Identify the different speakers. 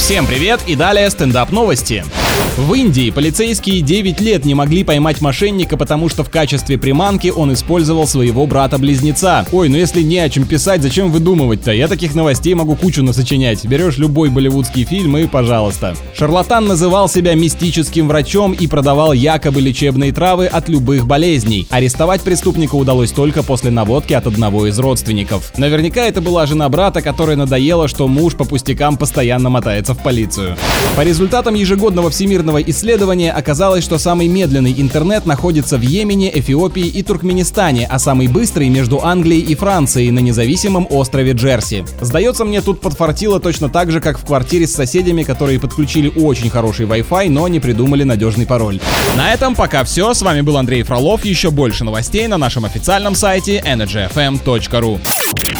Speaker 1: Всем привет и далее стендап новости. В Индии полицейские 9 лет не могли поймать мошенника, потому что в качестве приманки он использовал своего брата-близнеца. Ой, ну если не о чем писать, зачем выдумывать-то? Я таких новостей могу кучу насочинять. Берешь любой болливудский фильм и пожалуйста. Шарлатан называл себя мистическим врачом и продавал якобы лечебные травы от любых болезней. Арестовать преступника удалось только после наводки от одного из родственников. Наверняка это была жена брата, которой надоело, что муж по пустякам постоянно мотается в полицию. По результатам ежегодного всемирного исследования оказалось, что самый медленный интернет находится в Йемене, Эфиопии и Туркменистане, а самый быстрый между Англией и Францией на независимом острове Джерси. Сдается мне, тут подфартило точно так же, как в квартире с соседями, которые подключили очень хороший Wi-Fi, но не придумали надежный пароль. На этом пока все. С вами был Андрей Фролов. Еще больше новостей на нашем официальном сайте energyfm.ru.